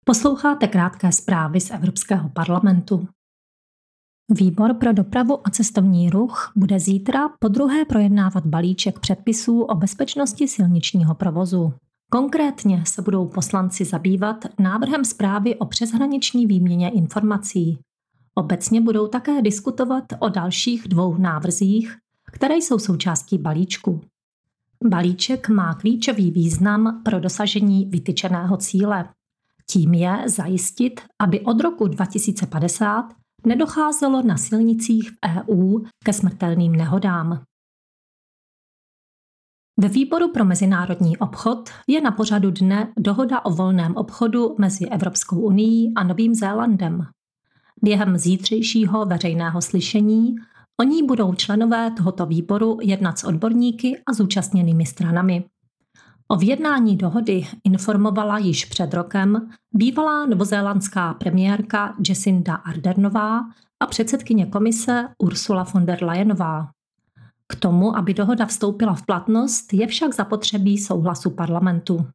Posloucháte krátké zprávy z Evropského parlamentu. Výbor pro dopravu a cestovní ruch bude zítra podruhé projednávat balíček předpisů o bezpečnosti silničního provozu. Konkrétně se budou poslanci zabývat návrhem zprávy o přeshraniční výměně informací. Obecně budou také diskutovat o dalších 2 návrzích, které jsou součástí balíčku. Balíček má klíčový význam pro dosažení vytyčeného cíle. Tím je zajistit, aby od roku 2050 nedocházelo na silnicích v EU ke smrtelným nehodám. Ve výboru pro mezinárodní obchod je na pořadu dne dohoda o volném obchodu mezi Evropskou unií a Novým Zélandem. Během zítřejšího veřejného slyšení o ní budou členové tohoto výboru jednat s odborníky a zúčastněnými stranami. O vyjednání dohody informovala již před rokem bývalá novozélandská premiérka Jacinda Ardernová a předsedkyně komise Ursula von der Leyenová. K tomu, aby dohoda vstoupila v platnost, je však zapotřebí souhlasu parlamentu.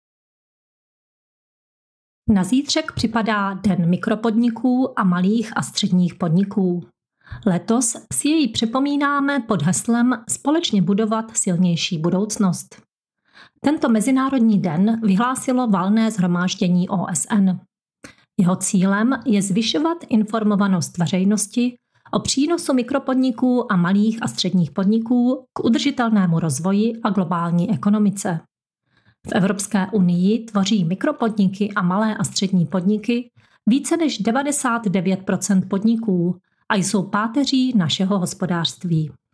Na zítřek připadá Den mikropodniků a malých a středních podniků. Letos si jej připomínáme pod heslem Společně budovat silnější budoucnost. Tento mezinárodní den vyhlásilo Valné shromáždění OSN. Jeho cílem je zvyšovat informovanost veřejnosti o přínosu mikropodniků a malých a středních podniků k udržitelnému rozvoji a globální ekonomice. V Evropské unii tvoří mikropodniky a malé a střední podniky více než 99% podniků a jsou páteří našeho hospodářství.